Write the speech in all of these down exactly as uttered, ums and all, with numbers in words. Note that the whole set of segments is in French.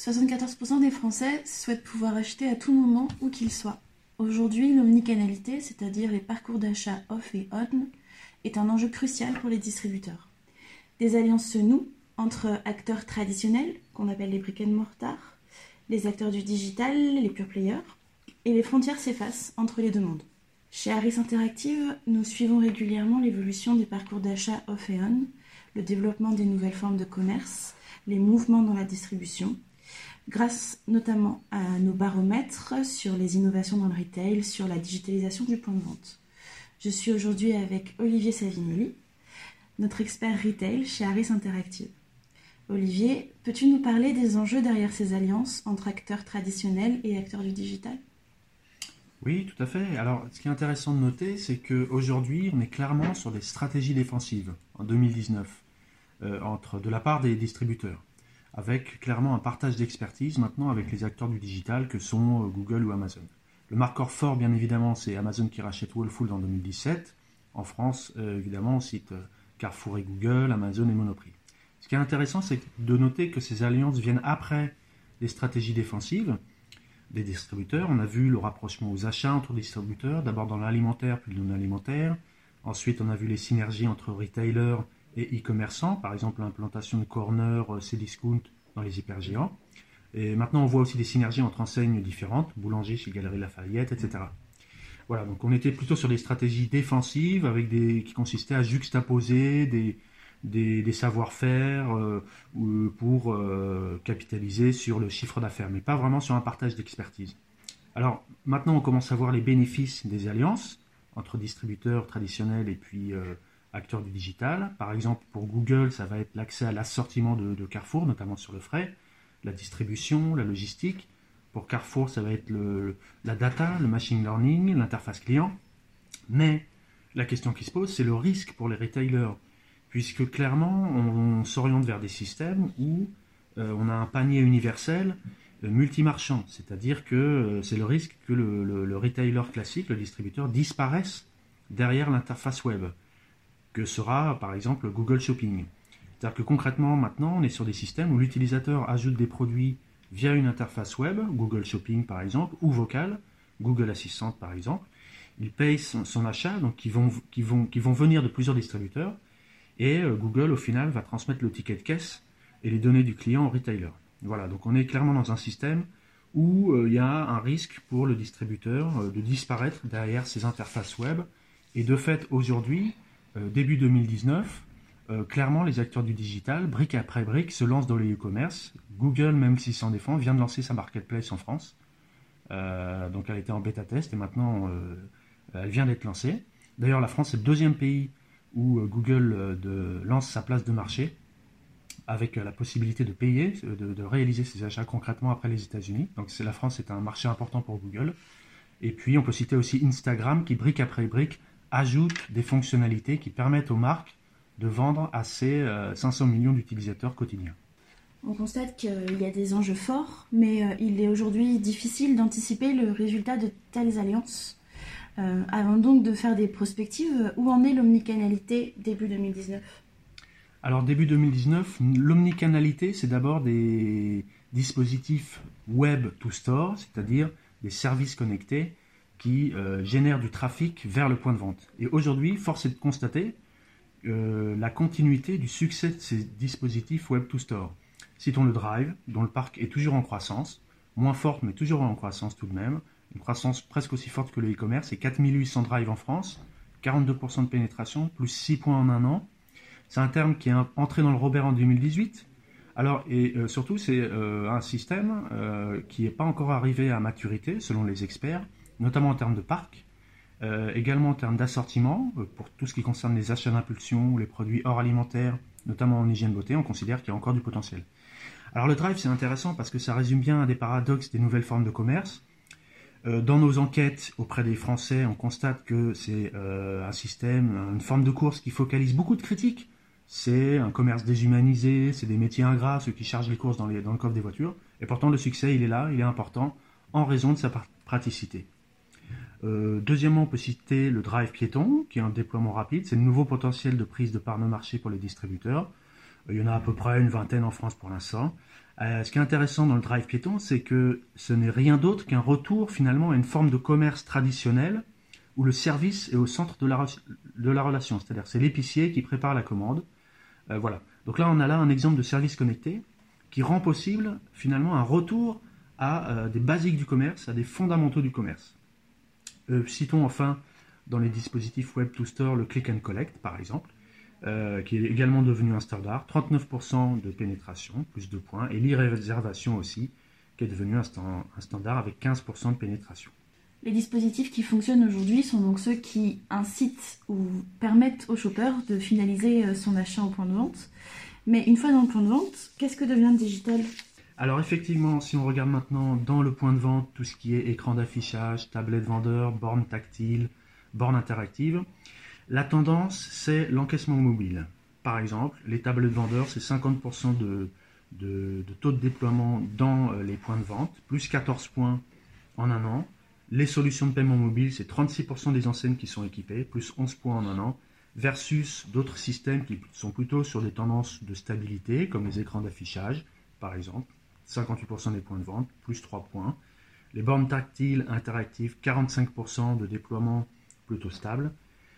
soixante-quatorze pour cent des Français souhaitent pouvoir acheter à tout moment où qu'ils soient. Aujourd'hui, l'omnicanalité, c'est-à-dire les parcours d'achat off et on, est un enjeu crucial pour les distributeurs. Des alliances se nouent entre acteurs traditionnels, qu'on appelle les brick and mortar, les acteurs du digital, les pure players, et les frontières s'effacent entre les deux mondes. Chez Harris Interactive, nous suivons régulièrement l'évolution des parcours d'achat off et on, le développement des nouvelles formes de commerce, les mouvements dans la distribution, grâce notamment à nos baromètres sur les innovations dans le retail, sur la digitalisation du point de vente. Je suis aujourd'hui avec Olivier Savinelli, notre expert retail chez Harris Interactive. Olivier, peux-tu nous parler des enjeux derrière ces alliances entre acteurs traditionnels et acteurs du digital ? Oui, tout à fait. Alors, ce qui est intéressant de noter, c'est qu'aujourd'hui, on est clairement sur des stratégies défensives en deux mille dix-neuf, euh, entre, de la part des distributeurs, avec clairement un partage d'expertise maintenant avec les acteurs du digital que sont euh, Google ou Amazon. Le marqueur fort, bien évidemment, c'est Amazon qui rachète Wholefoods en deux mille dix-sept. En France, euh, évidemment, on cite euh, Carrefour et Google, Amazon et Monoprix. Ce qui est intéressant, c'est de noter que ces alliances viennent après les stratégies défensives des distributeurs. On a vu le rapprochement aux achats entre distributeurs, d'abord dans l'alimentaire puis le non-alimentaire. Ensuite, on a vu les synergies entre retailers et e-commerçants, par exemple l'implantation de corners, Cdiscount dans les hypergéants. Et maintenant, on voit aussi des synergies entre enseignes différentes, boulanger chez Galeries Lafayette, et cetera. Voilà, donc on était plutôt sur des stratégies défensives avec des, qui consistaient à juxtaposer des, des, des savoir-faire euh, pour euh, capitaliser sur le chiffre d'affaires, mais pas vraiment sur un partage d'expertise. Alors maintenant, on commence à voir les bénéfices des alliances entre distributeurs traditionnels et puis euh, acteurs du digital. Par exemple, pour Google, ça va être l'accès à l'assortiment de, de Carrefour, notamment sur le frais, la distribution, la logistique. Pour Carrefour, ça va être le, la data, le machine learning, l'interface client. Mais la question qui se pose, c'est le risque pour les retailers, puisque clairement, on, on s'oriente vers des systèmes où euh, on a un panier universel euh, multimarchand, c'est-à-dire que euh, c'est le risque que le, le, le retailer classique, le distributeur, disparaisse derrière l'interface web, que sera par exemple Google Shopping. C'est-à-dire que concrètement, maintenant, on est sur des systèmes où l'utilisateur ajoute des produits via une interface web, Google Shopping par exemple, ou vocale, Google Assistant par exemple. Il paye son, son achat, donc qui vont, qui, vont, qui vont venir de plusieurs distributeurs, et euh, Google au final va transmettre le ticket de caisse et les données du client au retailer. Voilà, donc on est clairement dans un système où euh, il y a un risque pour le distributeur euh, de disparaître derrière ces interfaces web. Et de fait, aujourd'hui, euh, début deux mille dix-neuf, Euh, clairement, les acteurs du digital, brique après brique, se lancent dans le e-commerce. Google, même s'il s'en défend, vient de lancer sa marketplace en France. Euh, donc elle était en bêta test et maintenant euh, elle vient d'être lancée. D'ailleurs, la France est le deuxième pays où euh, Google euh, de, lance sa place de marché avec euh, la possibilité de payer, de, de réaliser ses achats concrètement après les États-Unis. Donc c'est, la France est un marché important pour Google. Et puis on peut citer aussi Instagram qui, brique après brique, ajoute des fonctionnalités qui permettent aux marques de vendre à ces euh, cinq cents millions d'utilisateurs quotidiens. On constate qu'il y a des enjeux forts, mais euh, il est aujourd'hui difficile d'anticiper le résultat de telles alliances. Euh, avant donc de faire des prospectives, où en est l'omnicanalité début deux mille dix-neuf ? Alors début deux mille dix-neuf, l'omnicanalité, c'est d'abord des dispositifs web to store, c'est-à-dire des services connectés qui euh, génèrent du trafic vers le point de vente. Et aujourd'hui, force est de constater Euh, la continuité du succès de ces dispositifs Web to Store. Citons le Drive, dont le parc est toujours en croissance, moins forte mais toujours en croissance tout de même, une croissance presque aussi forte que le e-commerce, et quatre mille huit cents drives en France, quarante-deux pour cent de pénétration, plus six points en un an. C'est un terme qui est entré dans le Robert en deux mille dix-huit. Alors, et euh, surtout, c'est euh, un système euh, qui n'est pas encore arrivé à maturité, selon les experts, notamment en termes de parc. Euh, également en termes d'assortiment, euh, pour tout ce qui concerne les achats d'impulsion ou les produits hors alimentaires, notamment en hygiène beauté, on considère qu'il y a encore du potentiel. Alors le Drive, c'est intéressant parce que ça résume bien un des paradoxes des nouvelles formes de commerce. Euh, dans nos enquêtes auprès des Français, on constate que c'est euh, un système, une forme de course qui focalise beaucoup de critiques. C'est un commerce déshumanisé, c'est des métiers ingrats, ceux qui chargent les courses dans, les, dans le coffre des voitures. Et pourtant, le succès, il est là, il est important, en raison de sa praticité. Euh, deuxièmement, on peut citer le drive piéton, qui est un déploiement rapide. C'est le nouveau potentiel de prise de part de marché pour les distributeurs. Il y en a à peu près une vingtaine en France pour l'instant. Euh, ce qui est intéressant dans le drive piéton, c'est que ce n'est rien d'autre qu'un retour finalement à une forme de commerce traditionnel où le service est au centre de la, de la relation. C'est-à-dire c'est l'épicier qui prépare la commande. Euh, voilà. Donc là, on a là un exemple de service connecté qui rend possible finalement un retour à euh, des basiques du commerce, à des fondamentaux du commerce. Euh, citons enfin dans les dispositifs Web to Store le Click and Collect par exemple, euh, qui est également devenu un standard, trente-neuf pour cent de pénétration, plus de points, et l'e-réservation aussi, qui est devenu un, stand, un standard avec quinze pour cent de pénétration. Les dispositifs qui fonctionnent aujourd'hui sont donc ceux qui incitent ou permettent au shopper de finaliser son achat au point de vente. Mais une fois dans le point de vente, qu'est-ce que devient le digital ? Alors effectivement, si on regarde maintenant dans le point de vente, tout ce qui est écran d'affichage, tablette vendeur, borne tactile, borne interactive, la tendance c'est l'encaissement mobile. Par exemple, les tablettes vendeurs, c'est cinquante pour cent de, de, de taux de déploiement dans les points de vente, plus quatorze points en un an. Les solutions de paiement mobile, c'est trente-six pour cent des enseignes qui sont équipées, plus onze points en un an, versus d'autres systèmes qui sont plutôt sur des tendances de stabilité, comme les écrans d'affichage, par exemple, cinquante-huit pour cent des points de vente, plus trois points. Les bornes tactiles interactives, quarante-cinq pour cent de déploiement plutôt stable.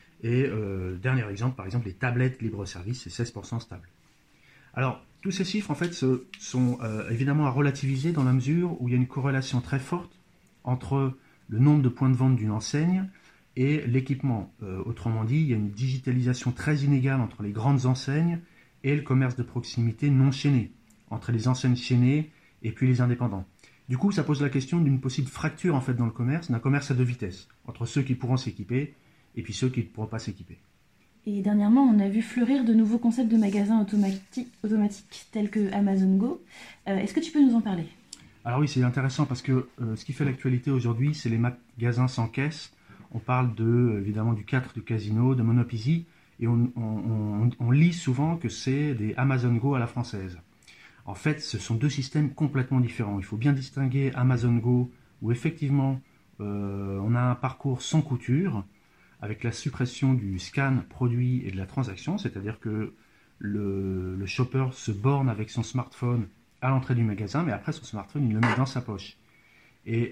Et euh, dernier exemple, par exemple, les tablettes libre-service, c'est seize pour cent stable. Alors, tous ces chiffres, en fait, se, sont euh, évidemment à relativiser dans la mesure où il y a une corrélation très forte entre le nombre de points de vente d'une enseigne et l'équipement. Euh, autrement dit, il y a une digitalisation très inégale entre les grandes enseignes et le commerce de proximité non chaîné, entre les enseignes chaînées et puis les indépendants. Du coup, ça pose la question d'une possible fracture en fait dans le commerce, d'un commerce à deux vitesses, entre ceux qui pourront s'équiper et puis ceux qui ne pourront pas s'équiper. Et dernièrement, on a vu fleurir de nouveaux concepts de magasins automati- automatiques tels que Amazon Go. Euh, est-ce que tu peux nous en parler ? Alors oui, c'est intéressant parce que euh, ce qui fait l'actualité aujourd'hui, c'est les magasins sans caisse. On parle de, évidemment du quatre du Casino, de Monopoly, et on, on, on, on lit souvent que c'est des Amazon Go à la française. En fait, ce sont deux systèmes complètement différents. Il faut bien distinguer Amazon Go, où effectivement euh, on a un parcours sans couture, avec la suppression du scan produit et de la transaction, c'est-à-dire que le, le shopper se borne avec son smartphone à l'entrée du magasin, mais après son smartphone, il le met dans sa poche. Et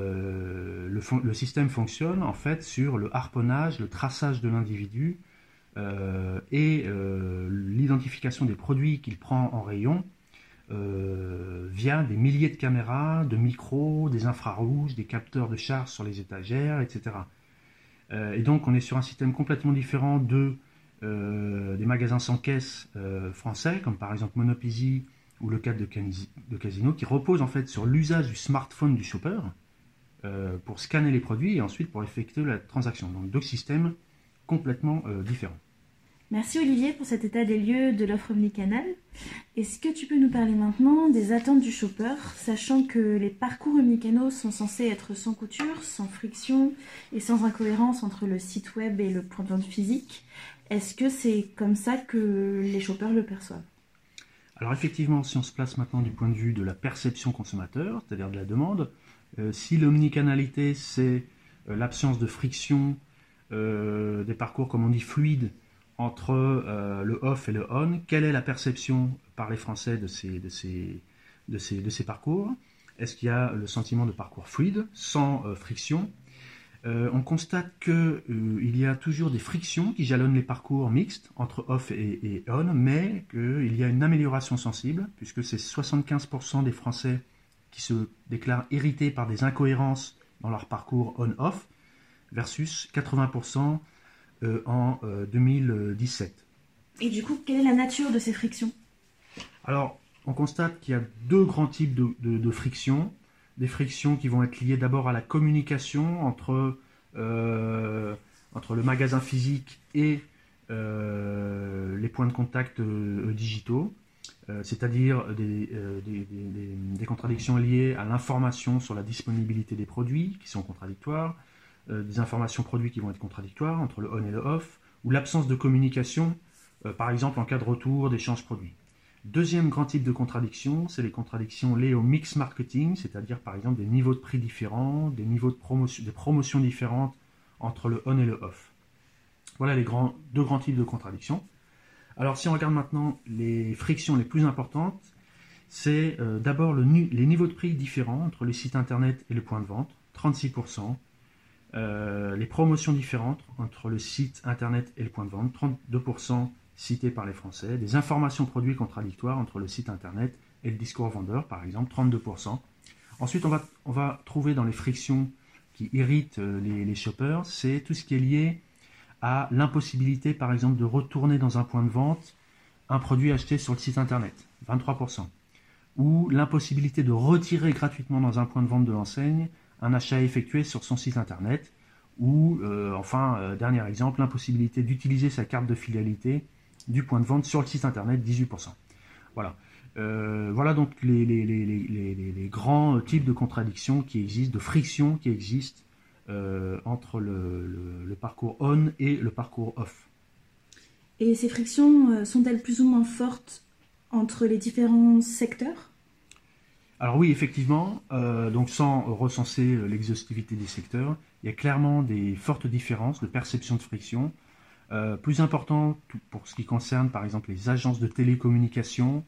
euh, le, le système fonctionne en fait sur le harponnage, le traçage de l'individu euh, et euh, l'identification des produits qu'il prend en rayon euh, via des milliers de caméras, de micros, des infrarouges, des capteurs de charge sur les étagères, et cetera. Euh, et donc on est sur un système complètement différent de, euh, des magasins sans caisse euh, français, comme par exemple Monopoly ou le cadre de, de Casino, qui repose en fait sur l'usage du smartphone du shopper euh, pour scanner les produits et ensuite pour effectuer la transaction. Donc deux systèmes complètement euh, différents. Merci Olivier pour cet état des lieux de l'offre omnicanal. Est-ce que tu peux nous parler maintenant des attentes du shopper, sachant que les parcours omnicanaux sont censés être sans couture, sans friction et sans incohérence entre le site web et le point de vente physique. Est-ce que c'est comme ça que les shoppers le perçoivent ? Alors effectivement, si on se place maintenant du point de vue de la perception consommateur, c'est-à-dire de la demande, euh, si l'omnicanalité c'est euh, l'absence de friction, euh, des parcours comme on dit fluides entre euh, le off et le on, quelle est la perception par les Français de ces, de ces, de ces, de ces parcours ? Est-ce qu'il y a le sentiment de parcours fluide, sans euh, friction ? Euh, on constate qu'il euh, y a toujours des frictions qui jalonnent les parcours mixtes entre off et, et on, mais qu'il y a une amélioration sensible, puisque c'est soixante-quinze pour cent des Français qui se déclarent irrités par des incohérences dans leur parcours on-off, versus quatre-vingts pour cent euh, en euh, deux mille dix-sept. Et du coup, quelle est la nature de ces frictions ? Alors, on constate qu'il y a deux grands types de, de, de frictions. Des frictions qui vont être liées d'abord à la communication entre, euh, entre le magasin physique et euh, les points de contact euh, digitaux, euh, c'est-à-dire des, euh, des, des, des contradictions liées à l'information sur la disponibilité des produits qui sont contradictoires, euh, des informations produits qui vont être contradictoires entre le on et le off, ou l'absence de communication, euh, par exemple en cas de retour d'échange produit. Deuxième grand type de contradiction, c'est les contradictions liées au mix marketing, c'est-à-dire par exemple des niveaux de prix différents, des niveaux de promotion, des promotions différentes entre le on et le off. Voilà les grands, deux grands types de contradictions. Alors si on regarde maintenant les frictions les plus importantes, c'est euh, d'abord le nu- les niveaux de prix différents entre le site internet et le point de vente, trente-six pour cent. Euh, les promotions différentes entre le site internet et le point de vente, trente-deux pour cent cités par les Français. Des informations produits contradictoires entre le site internet et le discours vendeur, par exemple, trente-deux pour cent. Ensuite, on va, on va trouver dans les frictions qui irritent euh, les, les shoppers, c'est tout ce qui est lié à l'impossibilité, par exemple, de retourner dans un point de vente un produit acheté sur le site internet, vingt-trois pour cent. Ou l'impossibilité de retirer gratuitement dans un point de vente de l'enseigne un achat effectué sur son site internet. Ou, euh, enfin, euh, dernier exemple, l'impossibilité d'utiliser sa carte de fidélité du point de vente sur le site internet, dix-huit pour cent. Voilà. Euh, voilà donc les, les, les, les, les, les grands types de contradictions qui existent, de frictions qui existent euh, entre le, le, le parcours on et le parcours off. Et ces frictions euh, sont-elles plus ou moins fortes entre les différents secteurs ? Alors oui, effectivement, euh, donc sans recenser l'exhaustivité des secteurs, il y a clairement des fortes différences de perception de friction. Euh, plus important pour ce qui concerne par exemple les agences de télécommunications,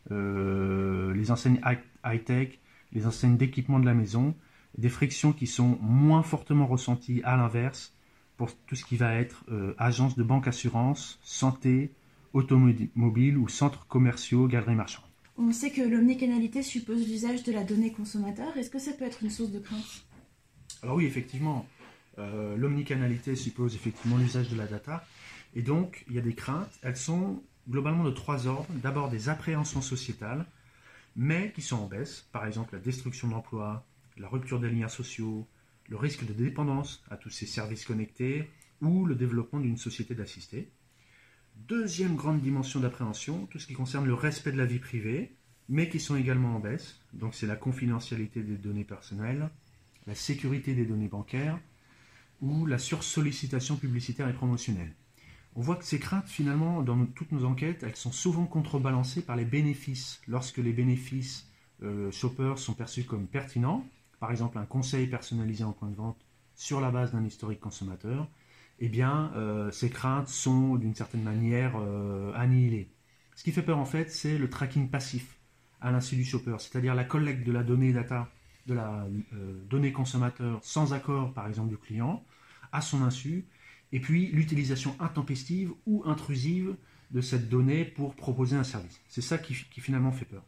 euh, les enseignes high-tech, les enseignes d'équipement de la maison, des frictions qui sont moins fortement ressenties à l'inverse pour tout ce qui va être euh, agences de banque assurance, santé, automobile ou centres commerciaux, galeries marchandes. On sait que l'omnicanalité suppose l'usage de la donnée consommateur. Est-ce que ça peut être une source de crainte ? Alors oui, effectivement, euh, l'omnicanalité suppose effectivement l'usage de la data. Et donc, il y a des craintes. Elles sont globalement de trois ordres. D'abord, des appréhensions sociétales, mais qui sont en baisse. Par exemple, la destruction d'emplois, la rupture des liens sociaux, le risque de dépendance à tous ces services connectés ou le développement d'une société d'assistés. Deuxième grande dimension d'appréhension, tout ce qui concerne le respect de la vie privée, mais qui sont également en baisse. Donc c'est la confidentialité des données personnelles, la sécurité des données bancaires ou la sursollicitation publicitaire et promotionnelle. On voit que ces craintes, finalement, dans nos, toutes nos enquêtes, elles sont souvent contrebalancées par les bénéfices. Lorsque les bénéfices euh, shoppers sont perçus comme pertinents, par exemple un conseil personnalisé en point de vente sur la base d'un historique consommateur, eh bien, euh, ces craintes sont d'une certaine manière euh, annihilées. Ce qui fait peur, en fait, c'est le tracking passif à l'insu du shopper, c'est-à-dire la collecte de la donnée data, de la euh, donnée consommateur sans accord, par exemple, du client, à son insu, et puis l'utilisation intempestive ou intrusive de cette donnée pour proposer un service. C'est ça qui, qui finalement fait peur.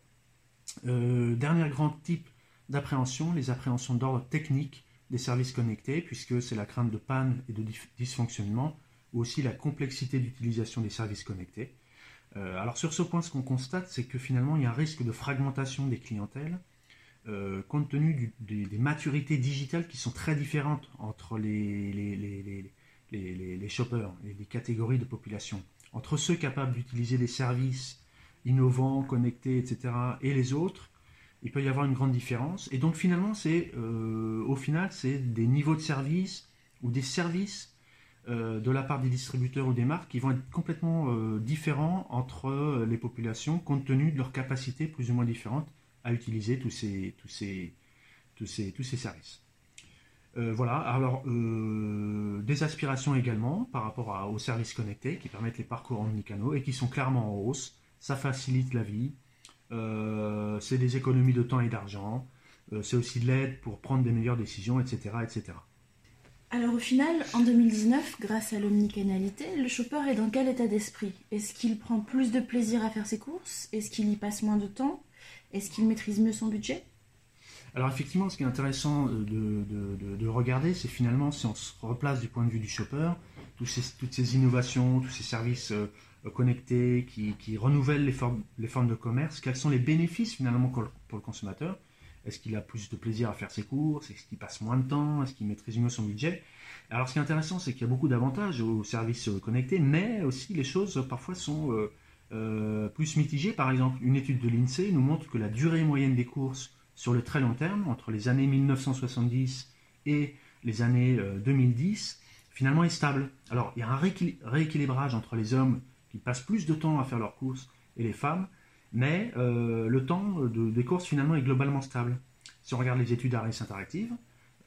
Euh, dernier grand type d'appréhension, les appréhensions d'ordre technique des services connectés, puisque c'est la crainte de panne et de dysfonctionnement, ou aussi la complexité d'utilisation des services connectés. Euh, alors sur ce point, ce qu'on constate, c'est que finalement, il y a un risque de fragmentation des clientèles, euh, compte tenu du, des, des maturités digitales qui sont très différentes entre les, les, les, les, les, les, les shoppers et les catégories de population. Entre ceux capables d'utiliser des services innovants, connectés, et cetera, et les autres, il peut y avoir une grande différence. Et donc finalement, c'est, euh, au final, c'est des niveaux de service ou des services euh, de la part des distributeurs ou des marques qui vont être complètement euh, différents entre les populations, compte tenu de leur capacité plus ou moins différente à utiliser tous ces, tous ces, tous ces, tous ces services. Euh, voilà, alors euh, des aspirations également par rapport à, aux services connectés qui permettent les parcours omnicanaux et qui sont clairement en hausse. Ça facilite la vie. Euh, c'est des économies de temps et d'argent, euh, c'est aussi de l'aide pour prendre des meilleures décisions, et cetera, et cetera. Alors au final, en deux mille dix-neuf, grâce à l'omnicanalité, le shopper est dans quel état d'esprit ? Est-ce qu'il prend plus de plaisir à faire ses courses ? Est-ce qu'il y passe moins de temps ? Est-ce qu'il maîtrise mieux son budget ? Alors effectivement, ce qui est intéressant de, de, de, de regarder, c'est finalement, si on se replace du point de vue du shopper, tous ces, toutes ces innovations, tous ces services euh, connectés qui, qui renouvellent les formes, les formes de commerce, quels sont les bénéfices finalement pour le consommateur ? Est-ce qu'il a plus de plaisir à faire ses courses ? Est-ce qu'il passe moins de temps ? Est-ce qu'il maîtrise mieux son budget ? Alors ce qui est intéressant, c'est qu'il y a beaucoup d'avantages aux services connectés, mais aussi les choses parfois sont euh, euh, plus mitigées. Par exemple, une étude de l'INSEE nous montre que la durée moyenne des courses sur le très long terme, entre les années mille neuf cent soixante-dix et les années euh, deux mille dix, finalement est stable. Alors il y a un rééquil- rééquilibrage entre les hommes qui passent plus de temps à faire leurs courses et les femmes, mais euh, le temps de, des courses finalement est globalement stable. Si on regarde les études Harris Interactive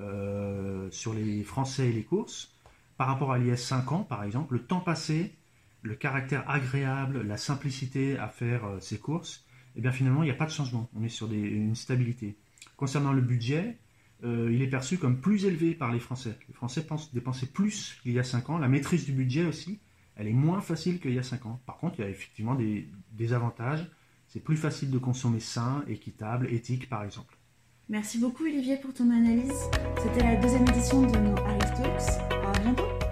euh, sur les Français et les courses, par rapport à l'I S cinq ans par exemple, le temps passé le caractère agréable, la simplicité à faire euh, ses courses, eh bien finalement, il n'y a pas de changement. On est sur des, une stabilité. Concernant le budget, euh, il est perçu comme plus élevé par les Français. Les Français pensent dépenser plus qu'il y a cinq ans. La maîtrise du budget aussi, elle est moins facile qu'il y a cinq ans. Par contre, il y a effectivement des, des avantages. C'est plus facile de consommer sain, équitable, éthique par exemple. Merci beaucoup Olivier pour ton analyse. C'était la deuxième édition de nos Aristox. À bientôt.